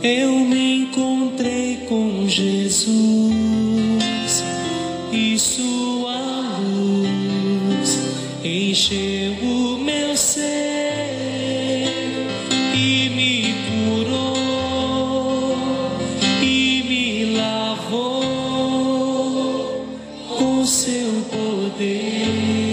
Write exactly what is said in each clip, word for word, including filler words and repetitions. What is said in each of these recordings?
eu me encontrei com Jesus e sua luz encheu o meu ser e me curou e me lavou com seu poder.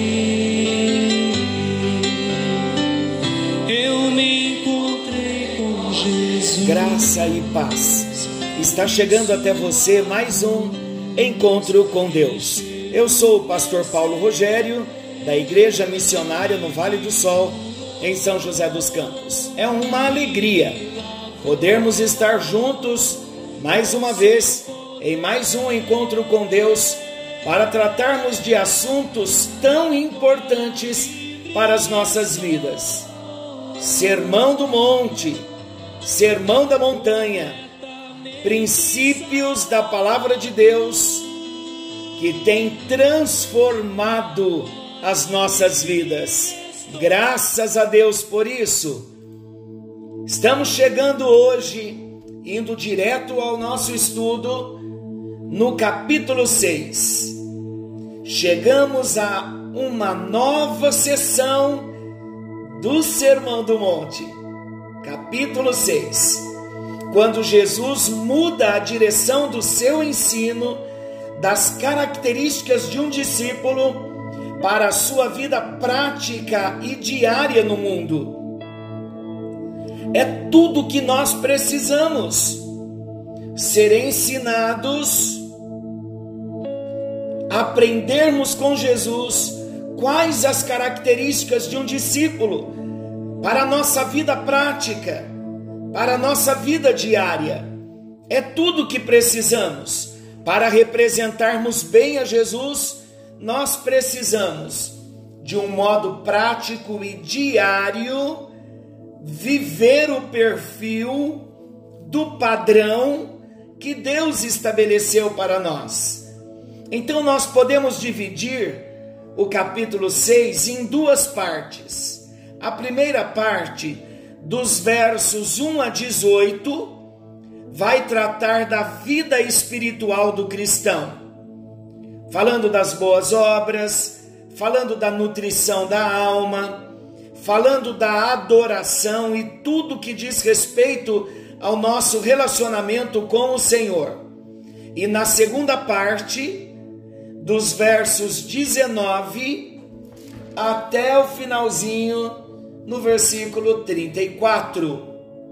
Eu me encontrei com Jesus. Graça e paz. Está chegando até você mais um Encontro com Deus. Eu sou o pastor Paulo Rogério, da Igreja Missionária no Vale do Sol, em São José dos Campos. É uma alegria podermos estar juntos mais uma vez em mais um Encontro com Deus para tratarmos de assuntos tão importantes para as nossas vidas. Sermão do Monte, Sermão da Montanha, princípios da Palavra de Deus que tem transformado as nossas vidas. Graças a Deus por isso. Estamos chegando hoje, indo direto ao nosso estudo, no capítulo seis. Chegamos a uma nova sessão do Sermão do Monte, capítulo seis, quando Jesus muda a direção do seu ensino, das características de um discípulo, para a sua vida prática e diária no mundo. É tudo que nós precisamos: ser ensinados, aprendermos com Jesus quais as características de um discípulo para a nossa vida prática, para a nossa vida diária. É tudo que precisamos. Para representarmos bem a Jesus, nós precisamos, de um modo prático e diário, viver o perfil do padrão que Deus estabeleceu para nós. Então nós podemos dividir o capítulo seis em duas partes. A primeira parte, dos versos um a dezoito, vai tratar da vida espiritual do cristão, falando das boas obras, falando da nutrição da alma, falando da adoração e tudo que diz respeito ao nosso relacionamento com o Senhor. E na segunda parte, dos versos dezenove até o finalzinho, no versículo trinta e quatro.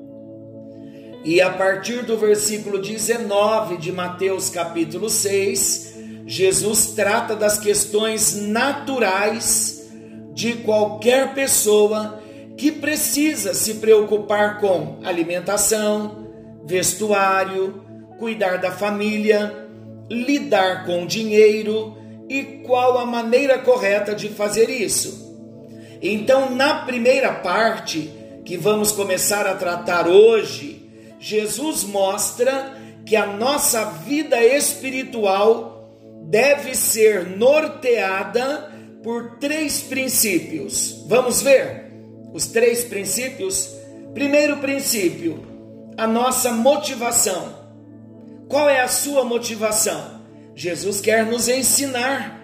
E a partir do versículo dezenove de Mateus capítulo seis, Jesus trata das questões naturais de qualquer pessoa que precisa se preocupar com alimentação, vestuário, cuidar da família, lidar com dinheiro e qual a maneira correta de fazer isso. Então, na primeira parte, que vamos começar a tratar hoje, Jesus mostra que a nossa vida espiritual deve ser norteada por três princípios. Vamos ver os três princípios? Primeiro princípio, a nossa motivação. Qual é a sua motivação? Jesus quer nos ensinar.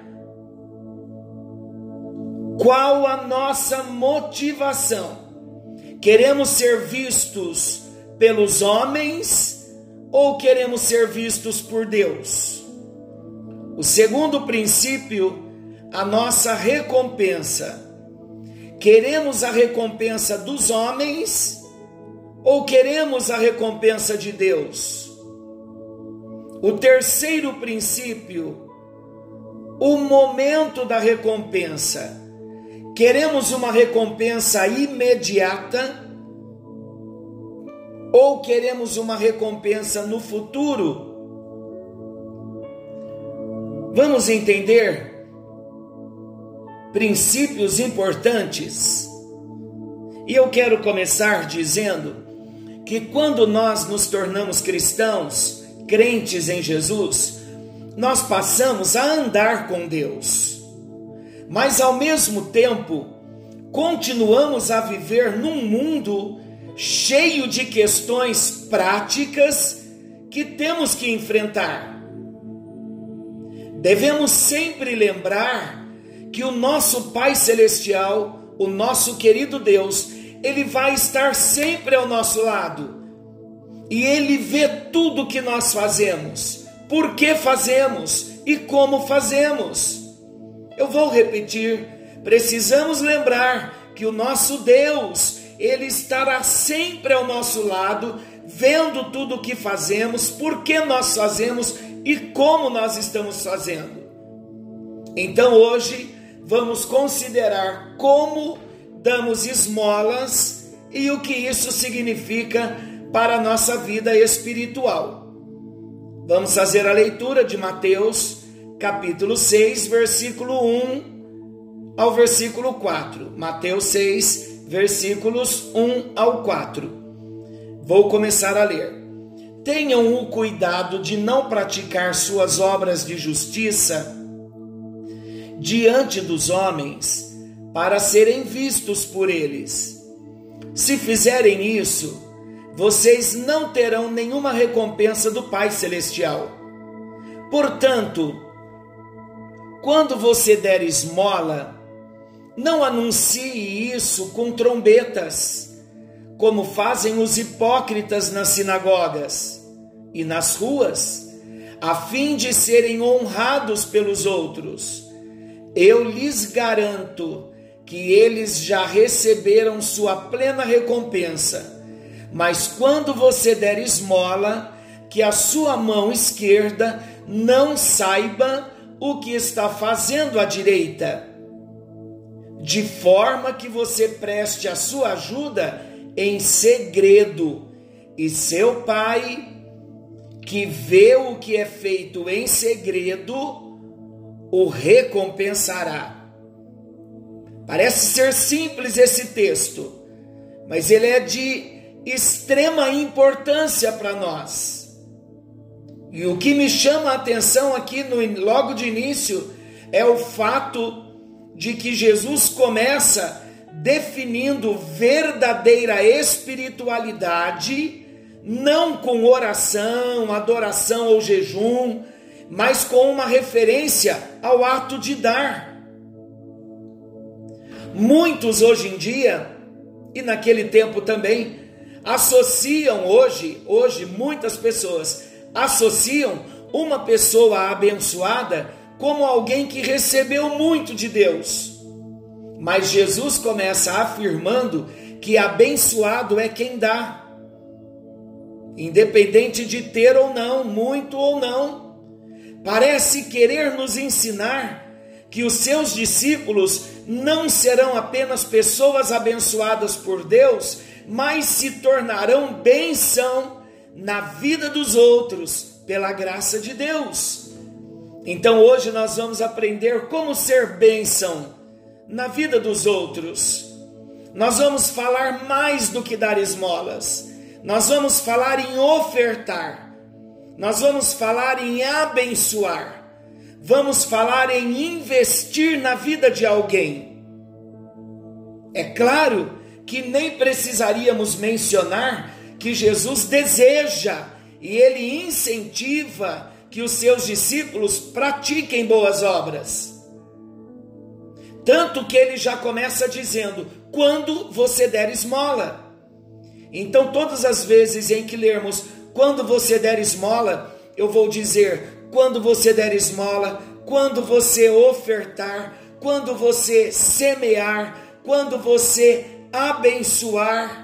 Qual a nossa motivação? Queremos ser vistos pelos homens ou queremos ser vistos por Deus? O segundo princípio, a nossa recompensa. Queremos a recompensa dos homens ou queremos a recompensa de Deus? O terceiro princípio, o momento da recompensa. Queremos uma recompensa imediata ou queremos uma recompensa no futuro? Vamos entender princípios importantes. E eu quero começar dizendo que quando nós nos tornamos cristãos, crentes em Jesus, nós passamos a andar com Deus. Mas ao mesmo tempo, continuamos a viver num mundo cheio de questões práticas que temos que enfrentar. Devemos sempre lembrar que o nosso Pai Celestial, o nosso querido Deus, Ele vai estar sempre ao nosso lado. E Ele vê tudo que nós fazemos, por que fazemos e como fazemos. Eu vou repetir, precisamos lembrar que o nosso Deus, Ele estará sempre ao nosso lado, vendo tudo o que fazemos, por que nós fazemos e como nós estamos fazendo. Então hoje vamos considerar como damos esmolas e o que isso significa para a nossa vida espiritual. Vamos fazer a leitura de Mateus, capítulo seis, versículo um ao versículo quatro. Mateus seis, versículos um ao quatro. Vou começar a ler. Tenham o cuidado de não praticar suas obras de justiça diante dos homens, para serem vistos por eles. Se fizerem isso, vocês não terão nenhuma recompensa do Pai Celestial. Portanto, quando você der esmola, não anuncie isso com trombetas, como fazem os hipócritas nas sinagogas e nas ruas, a fim de serem honrados pelos outros. Eu lhes garanto que eles já receberam sua plena recompensa. Mas quando você der esmola, que a sua mão esquerda não saiba o que está fazendo a direita, de forma que você preste a sua ajuda em segredo, e seu Pai, que vê o que é feito em segredo, o recompensará. Parece ser simples esse texto, mas ele é de extrema importância para nós. E o que me chama a atenção aqui no, logo de início é o fato de que Jesus começa definindo verdadeira espiritualidade, não com oração, adoração ou jejum, mas com uma referência ao ato de dar. Muitos hoje em dia, e naquele tempo também, associam hoje, hoje muitas pessoas associam uma pessoa abençoada como alguém que recebeu muito de Deus. Mas Jesus começa afirmando que abençoado é quem dá, independente de ter ou não, muito ou não. Parece querer nos ensinar que os seus discípulos não serão apenas pessoas abençoadas por Deus, mas se tornarão bênção na vida dos outros, pela graça de Deus. Então hoje nós vamos aprender como ser bênção na vida dos outros. Nós vamos falar mais do que dar esmolas. Nós vamos falar em ofertar. Nós vamos falar em abençoar. Vamos falar em investir na vida de alguém. É claro que nem precisaríamos mencionar que Jesus deseja e Ele incentiva que os seus discípulos pratiquem boas obras. Tanto que Ele já começa dizendo, quando você der esmola. Então todas as vezes em que lermos, quando você der esmola, eu vou dizer, quando você der esmola, quando você ofertar, quando você semear, quando você abençoar.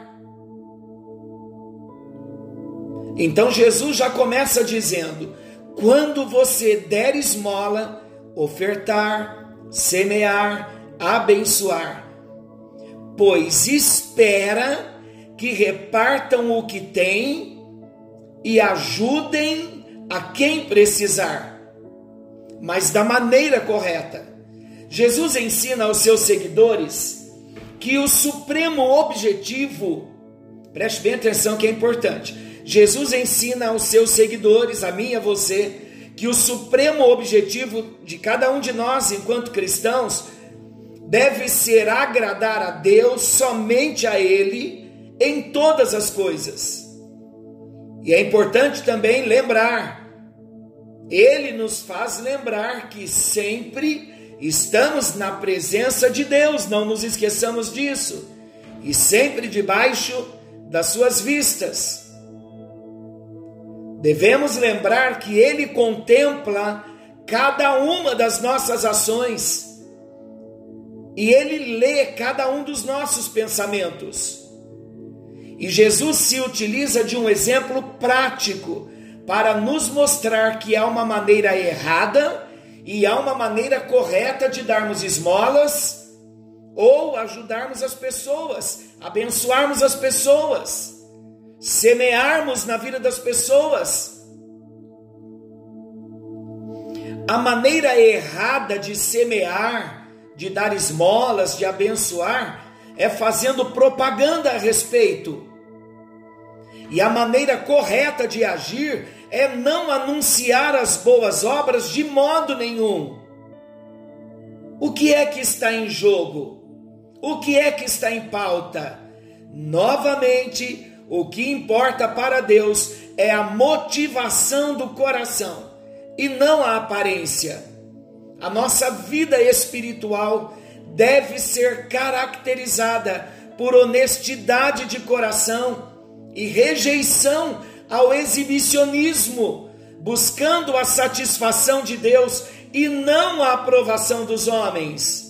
Então Jesus já começa dizendo, quando você der esmola, ofertar, semear, abençoar, pois espera que repartam o que têm e ajudem a quem precisar, mas da maneira correta. Jesus ensina aos seus seguidores que o supremo objetivo, preste bem atenção que é importante, Jesus ensina aos seus seguidores, a mim e a você, que o supremo objetivo de cada um de nós enquanto cristãos deve ser agradar a Deus, somente a Ele, em todas as coisas. E é importante também lembrar, ele nos faz lembrar que sempre estamos na presença de Deus, não nos esqueçamos disso, e sempre debaixo das suas vistas. Devemos lembrar que ele contempla cada uma das nossas ações e ele lê cada um dos nossos pensamentos. E Jesus se utiliza de um exemplo prático para nos mostrar que há uma maneira errada e há uma maneira correta de darmos esmolas ou ajudarmos as pessoas, abençoarmos as pessoas, semearmos na vida das pessoas. A maneira errada de semear, de dar esmolas, de abençoar, é fazendo propaganda a respeito. E a maneira correta de agir é não anunciar as boas obras de modo nenhum. O que é que está em jogo? O que é que está em pauta? Novamente, o que importa para Deus é a motivação do coração e não a aparência. A nossa vida espiritual deve ser caracterizada por honestidade de coração e rejeição ao exibicionismo, buscando a satisfação de Deus e não a aprovação dos homens.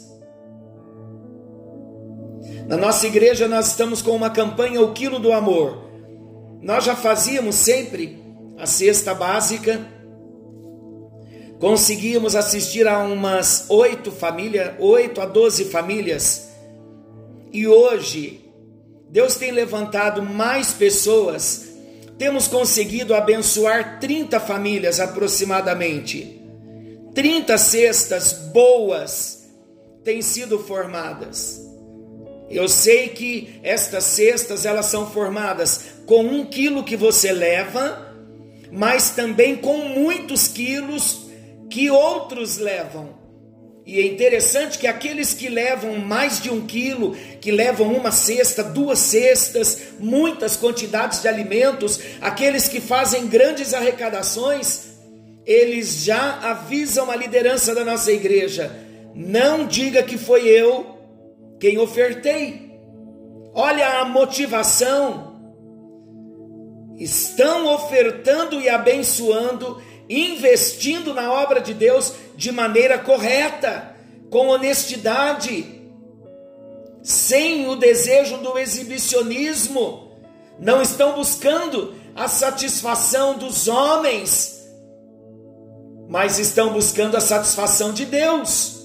Na nossa igreja nós estamos com uma campanha O Quilo do Amor. Nós já fazíamos sempre a cesta básica, conseguíamos assistir a umas oito famílias, oito a doze famílias, e hoje Deus tem levantado mais pessoas, temos conseguido abençoar trinta famílias aproximadamente, trinta cestas boas têm sido formadas. Eu sei que estas cestas elas são formadas com um quilo que você leva, mas também com muitos quilos que outros levam. E é interessante que aqueles que levam mais de um quilo, que levam uma cesta, duas cestas, muitas quantidades de alimentos, aqueles que fazem grandes arrecadações, eles já avisam a liderança da nossa igreja: não diga que foi eu quem ofertei. Olha a motivação. Estão ofertando e abençoando, investindo na obra de Deus de maneira correta, com honestidade, sem o desejo do exibicionismo. Não estão buscando a satisfação dos homens, mas estão buscando a satisfação de Deus.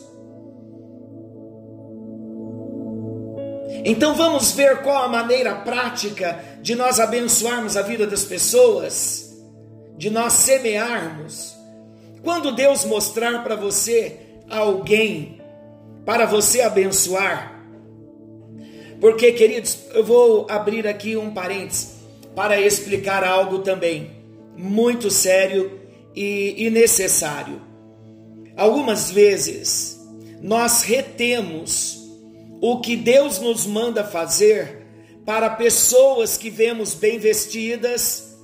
Então vamos ver qual a maneira prática de nós abençoarmos a vida das pessoas, de nós semearmos. Quando Deus mostrar para você alguém para você abençoar, porque, queridos, eu vou abrir aqui um parênteses para explicar algo também muito sério e, e necessário. Algumas vezes nós retemos o que Deus nos manda fazer para pessoas que vemos bem vestidas,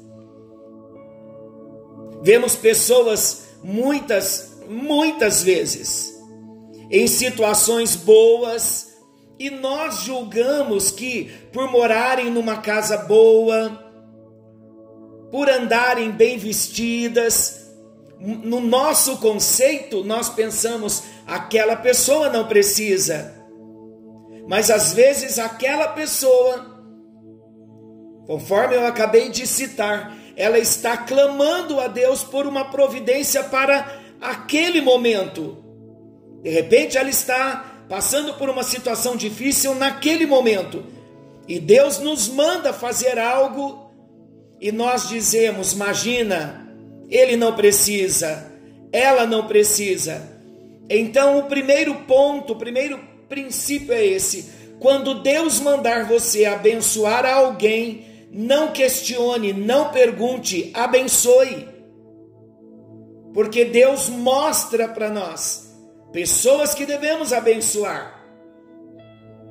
vemos pessoas muitas, muitas vezes em situações boas, e nós julgamos que por morarem numa casa boa, por andarem bem vestidas, no nosso conceito nós pensamos, aquela pessoa não precisa. Mas às vezes aquela pessoa, conforme eu acabei de citar, ela está clamando a Deus por uma providência para aquele momento. De repente ela está passando por uma situação difícil naquele momento, e Deus nos manda fazer algo, e nós dizemos: imagina, ele não precisa, ela não precisa. Então o primeiro ponto, o primeiro princípio é esse: quando Deus mandar você abençoar alguém, não questione, não pergunte, abençoe. Porque Deus mostra para nós pessoas que devemos abençoar.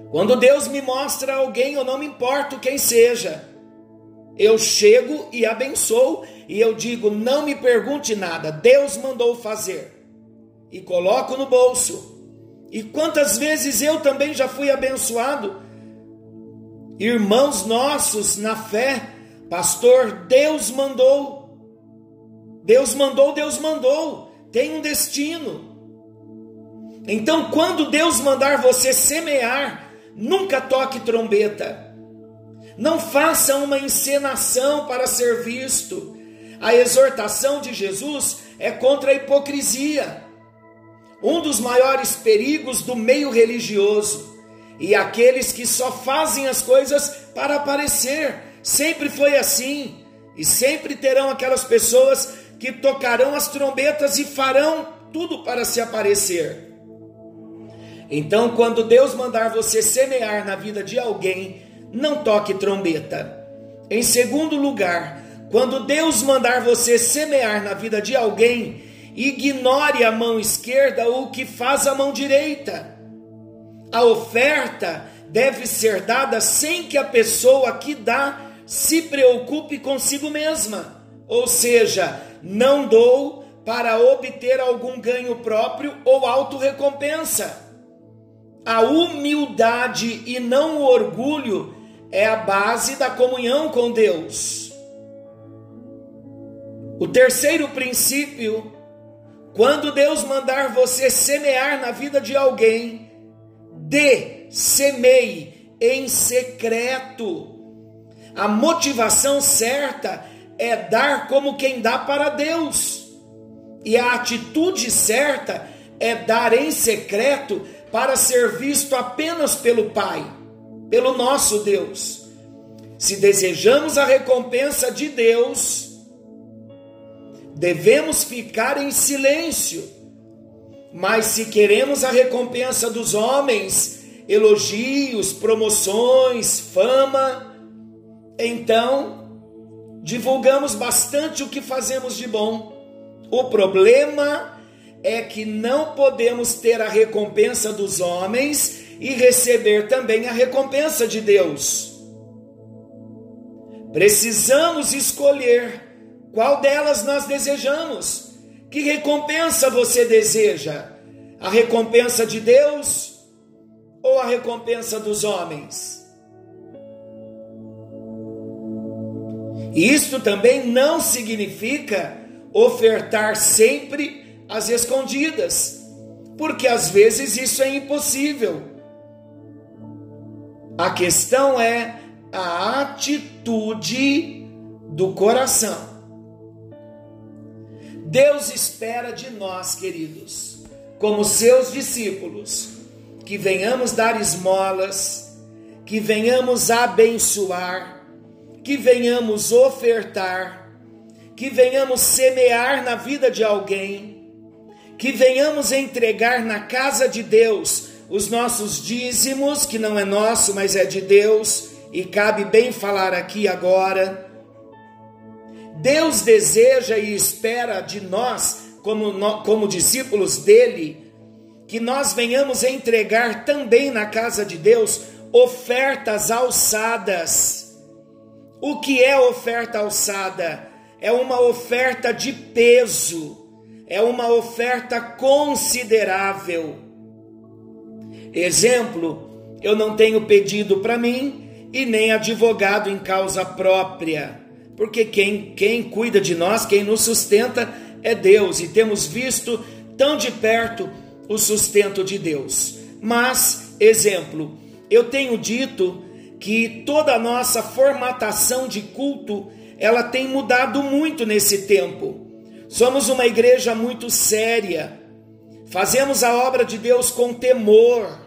Quando Deus me mostra alguém, eu não me importo quem seja. Eu chego e abençoo e eu digo, não me pergunte nada, Deus mandou fazer. E coloco no bolso. E quantas vezes eu também já fui abençoado? Irmãos nossos na fé, pastor, Deus mandou. Deus mandou, Deus mandou. Tem um destino. Então, quando Deus mandar você semear, nunca toque trombeta. Não faça uma encenação para ser visto. A exortação de Jesus é contra a hipocrisia. Um dos maiores perigos do meio religioso. E aqueles que só fazem as coisas para aparecer. Sempre foi assim. E sempre terão aquelas pessoas que tocarão as trombetas e farão tudo para se aparecer. Então, quando Deus mandar você semear na vida de alguém, não toque trombeta. Em segundo lugar, quando Deus mandar você semear na vida de alguém, ignore a mão esquerda o que faz a mão direita. A oferta deve ser dada sem que a pessoa que dá se preocupe consigo mesma. Ou seja, não dou para obter algum ganho próprio ou autorrecompensa. A humildade e não o orgulho é a base da comunhão com Deus. O terceiro princípio, quando Deus mandar você semear na vida de alguém, dê, semeie em secreto. A motivação certa é dar como quem dá para Deus. E a atitude certa é dar em secreto para ser visto apenas pelo Pai, pelo nosso Deus. Se desejamos a recompensa de Deus, devemos ficar em silêncio. Mas se queremos a recompensa dos homens, elogios, promoções, fama, então divulgamos bastante o que fazemos de bom. O problema é que não podemos ter a recompensa dos homens e receber também a recompensa de Deus. Precisamos escolher qual delas nós desejamos. Que recompensa você deseja? A recompensa de Deus ou a recompensa dos homens? E isto também não significa ofertar sempre às escondidas, porque às vezes isso é impossível. A questão é a atitude do coração. Deus espera de nós, queridos, como seus discípulos, que venhamos dar esmolas, que venhamos abençoar, que venhamos ofertar, que venhamos semear na vida de alguém, que venhamos entregar na casa de Deus os nossos dízimos, que não é nosso, mas é de Deus, e cabe bem falar aqui agora. Deus deseja e espera de nós, como, como discípulos dele, que nós venhamos entregar também na casa de Deus ofertas alçadas. O que é oferta alçada? É uma oferta de peso. É uma oferta considerável. Exemplo, eu não tenho pedido para mim e nem advogado em causa própria, porque quem, quem cuida de nós, quem nos sustenta é Deus, e temos visto tão de perto o sustento de Deus. Mas, exemplo, eu tenho dito que toda a nossa formatação de culto, ela tem mudado muito nesse tempo. Somos uma igreja muito séria, fazemos a obra de Deus com temor,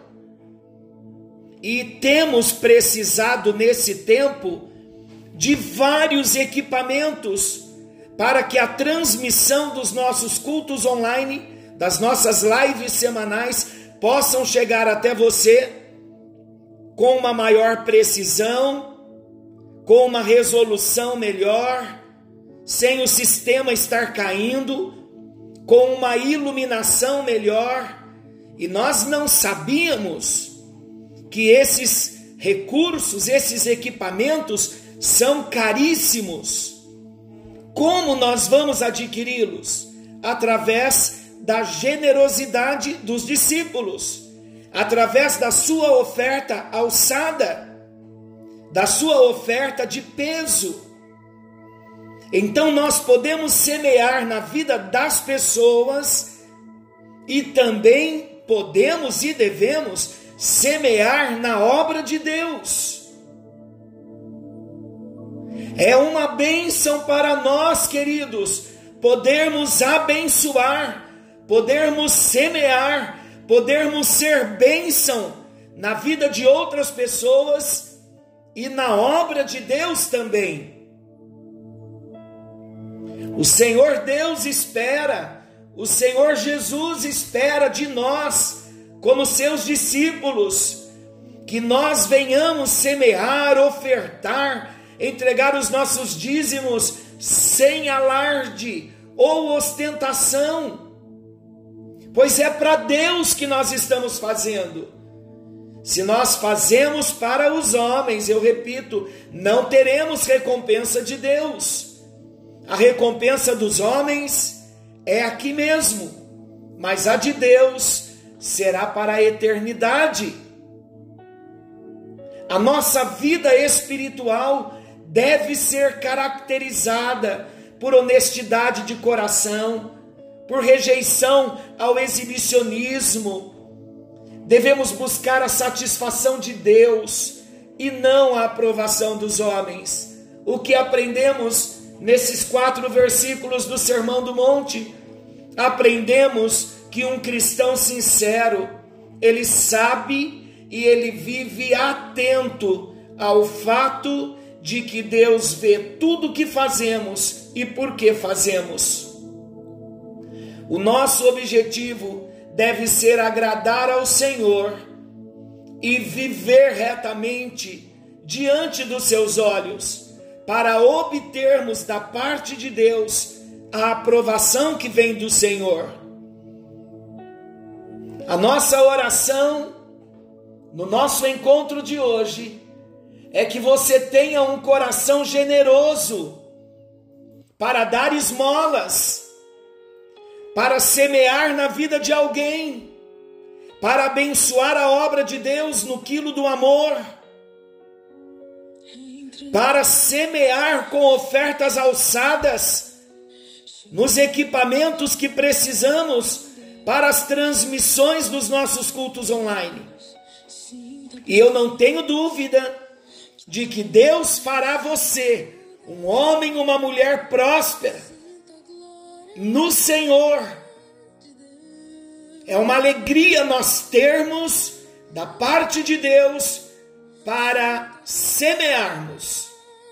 e temos precisado nesse tempo de vários equipamentos para que a transmissão dos nossos cultos online, das nossas lives semanais, possam chegar até você com uma maior precisão, com uma resolução melhor, sem o sistema estar caindo, com uma iluminação melhor. E nós não sabíamos que esses recursos, esses equipamentos são caríssimos. Como nós vamos adquiri-los? Através da generosidade dos discípulos, através da sua oferta alçada, da sua oferta de peso. Então nós podemos semear na vida das pessoas e também podemos e devemos semear na obra de Deus. É uma bênção para nós, queridos, podermos abençoar, podermos semear, podermos ser bênção na vida de outras pessoas e na obra de Deus também. O Senhor Deus espera, o Senhor Jesus espera de nós, como seus discípulos, que nós venhamos semear, ofertar, entregar os nossos dízimos sem alarde ou ostentação, pois é para Deus que nós estamos fazendo. Se nós fazemos para os homens, eu repito, não teremos recompensa de Deus. A recompensa dos homens é aqui mesmo, mas a de Deus será para a eternidade. A nossa vida espiritual deve ser caracterizada por honestidade de coração, por rejeição ao exibicionismo. Devemos buscar a satisfação de Deus e não a aprovação dos homens. O que aprendemos nesses quatro versículos do Sermão do Monte? Aprendemos que um cristão sincero, ele sabe e ele vive atento ao fato de que Deus vê tudo o que fazemos e por que fazemos. O nosso objetivo deve ser agradar ao Senhor e viver retamente diante dos seus olhos, para obtermos da parte de Deus a aprovação que vem do Senhor. A nossa oração no nosso encontro de hoje é que você tenha um coração generoso para dar esmolas, para semear na vida de alguém, para abençoar a obra de Deus no quilo do amor, para semear com ofertas alçadas nos equipamentos que precisamos para as transmissões dos nossos cultos online. E eu não tenho dúvida de que Deus fará você um homem, uma mulher próspera no Senhor. É uma alegria nós termos da parte de Deus para semearmos.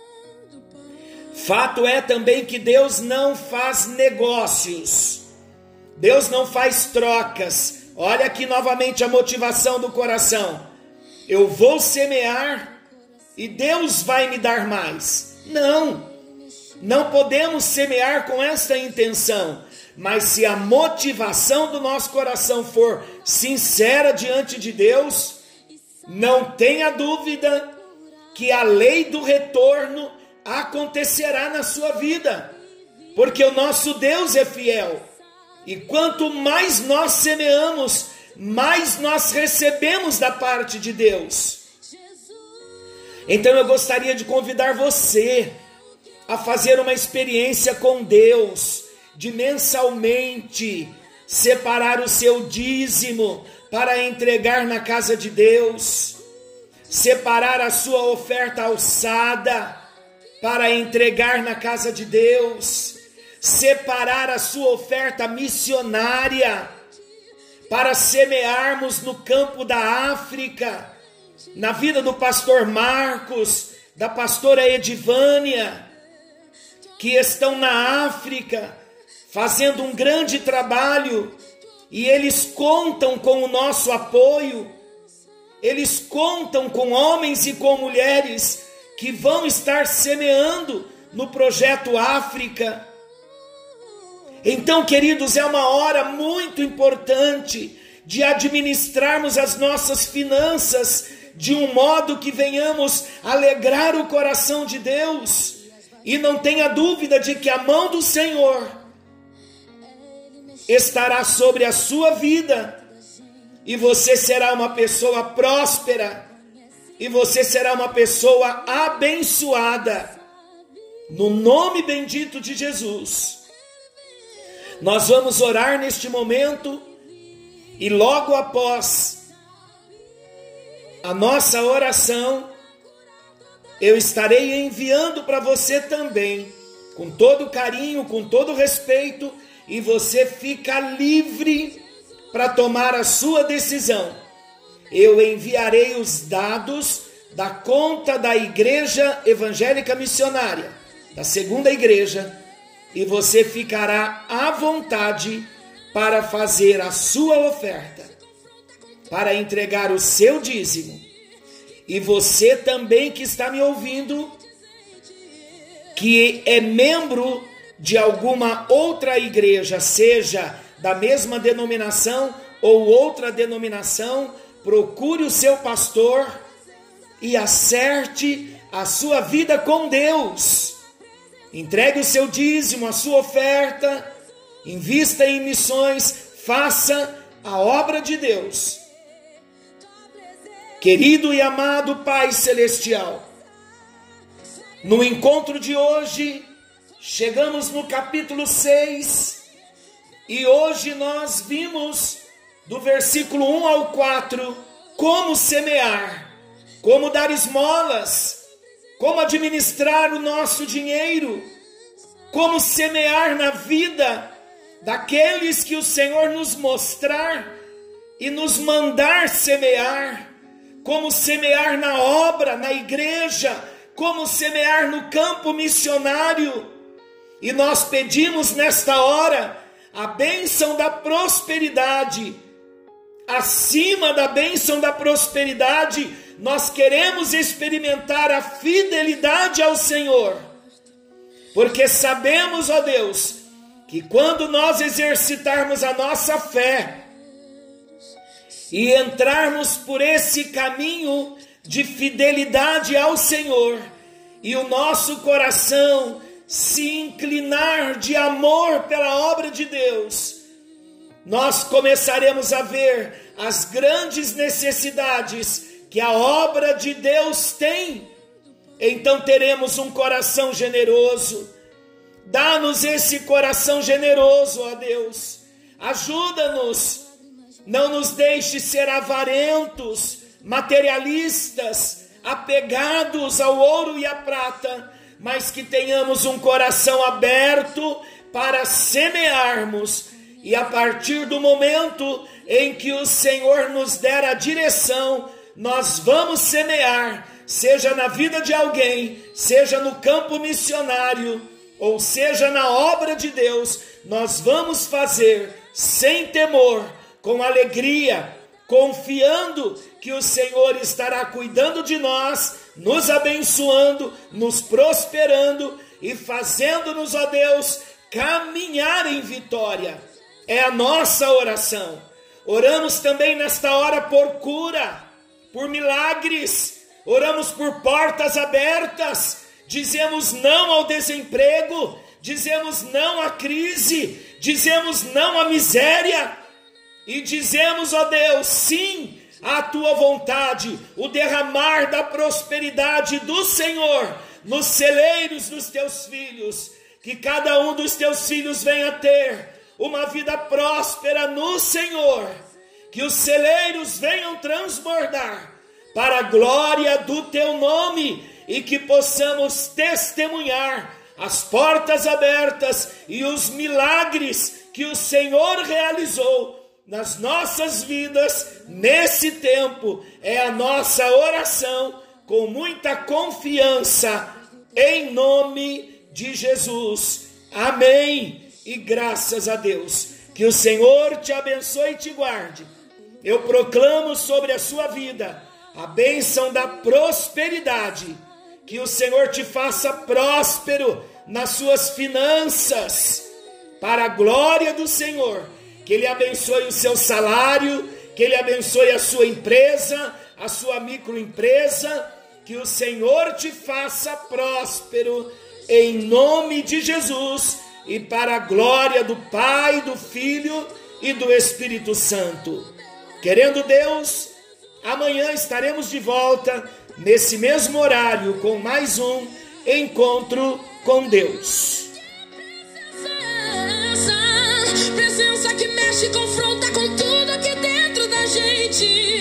Fato é também que Deus não faz negócios, Deus não faz trocas. Olha aqui novamente a motivação do coração: eu vou semear e Deus vai me dar mais. Não, não podemos semear com esta intenção, mas se a motivação do nosso coração for sincera diante de Deus, não tenha dúvida que a lei do retorno acontecerá na sua vida, porque o nosso Deus é fiel, e quanto mais nós semeamos, mais nós recebemos da parte de Deus. Então eu gostaria de convidar você a fazer uma experiência com Deus, de mensalmente separar o seu dízimo para entregar na casa de Deus, separar a sua oferta alçada para entregar na casa de Deus, separar a sua oferta missionária para semearmos no campo da África, na vida do pastor Marcos, da pastora Edivânia, que estão na África fazendo um grande trabalho, e eles contam com o nosso apoio, eles contam com homens e com mulheres que vão estar semeando no projeto África. Então, queridos, é uma hora muito importante de administrarmos as nossas finanças de um modo que venhamos alegrar o coração de Deus. E não tenha dúvida de que a mão do Senhor estará sobre a sua vida, e você será uma pessoa próspera, e você será uma pessoa abençoada, no nome bendito de Jesus. Nós vamos orar neste momento, e logo após a nossa oração, eu estarei enviando para você também, com todo carinho, com todo respeito, e você fica livre para tomar a sua decisão. Eu enviarei os dados da conta da Igreja Evangélica Missionária, da segunda igreja, e você ficará à vontade para fazer a sua oferta, para entregar o seu dízimo. E você também que está me ouvindo, que é membro de alguma outra igreja, seja da mesma denominação ou outra denominação, procure o seu pastor e acerte a sua vida com Deus. Entregue o seu dízimo, a sua oferta, invista em missões, faça a obra de Deus. Querido e amado Pai Celestial, no encontro de hoje, chegamos no capítulo seis, e hoje nós vimos do versículo um ao quatro, como semear, como dar esmolas, como administrar o nosso dinheiro, como semear na vida daqueles que o Senhor nos mostrar e nos mandar semear, como semear na obra, na igreja, como semear no campo missionário. E nós pedimos nesta hora a bênção da prosperidade. Acima da bênção da prosperidade, nós queremos experimentar a fidelidade ao Senhor, porque sabemos, ó Deus, que quando nós exercitarmos a nossa fé e entrarmos por esse caminho de fidelidade ao Senhor, e o nosso coração se inclinar de amor pela obra de Deus, nós começaremos a ver as grandes necessidades que a obra de Deus tem. Então teremos um coração generoso. Dá-nos esse coração generoso, ó Deus. Ajuda-nos. Não nos deixe ser avarentos, materialistas, apegados ao ouro e à prata, mas que tenhamos um coração aberto para semearmos. E a partir do momento em que o Senhor nos der a direção, nós vamos semear, seja na vida de alguém, seja no campo missionário, ou seja na obra de Deus, nós vamos fazer sem temor, com alegria, confiando que o Senhor estará cuidando de nós, nos abençoando, nos prosperando e fazendo-nos, ó Deus, caminhar em vitória. É a nossa oração. Oramos também nesta hora por cura, por milagres, oramos por portas abertas, dizemos não ao desemprego, dizemos não à crise, dizemos não à miséria, e dizemos, ó Deus, sim à tua vontade, o derramar da prosperidade do Senhor nos celeiros dos teus filhos, que cada um dos teus filhos venha ter uma vida próspera no Senhor, que os celeiros venham transbordar para a glória do teu nome, e que possamos testemunhar as portas abertas e os milagres que o Senhor realizou nas nossas vidas nesse tempo. É a nossa oração com muita confiança, em nome de Jesus. Amém. E graças a Deus. Que o Senhor te abençoe e te guarde. Eu proclamo sobre a sua vida a bênção da prosperidade. Que o Senhor te faça próspero nas suas finanças, para a glória do Senhor. Que Ele abençoe o seu salário, que Ele abençoe a sua empresa, a sua microempresa, que o Senhor te faça próspero, em nome de Jesus, e para a glória do Pai, do Filho e do Espírito Santo. Querendo Deus, amanhã estaremos de volta, nesse mesmo horário, com mais um Encontro com Deus. Presença que mexe, confronta com tudo aqui dentro da gente.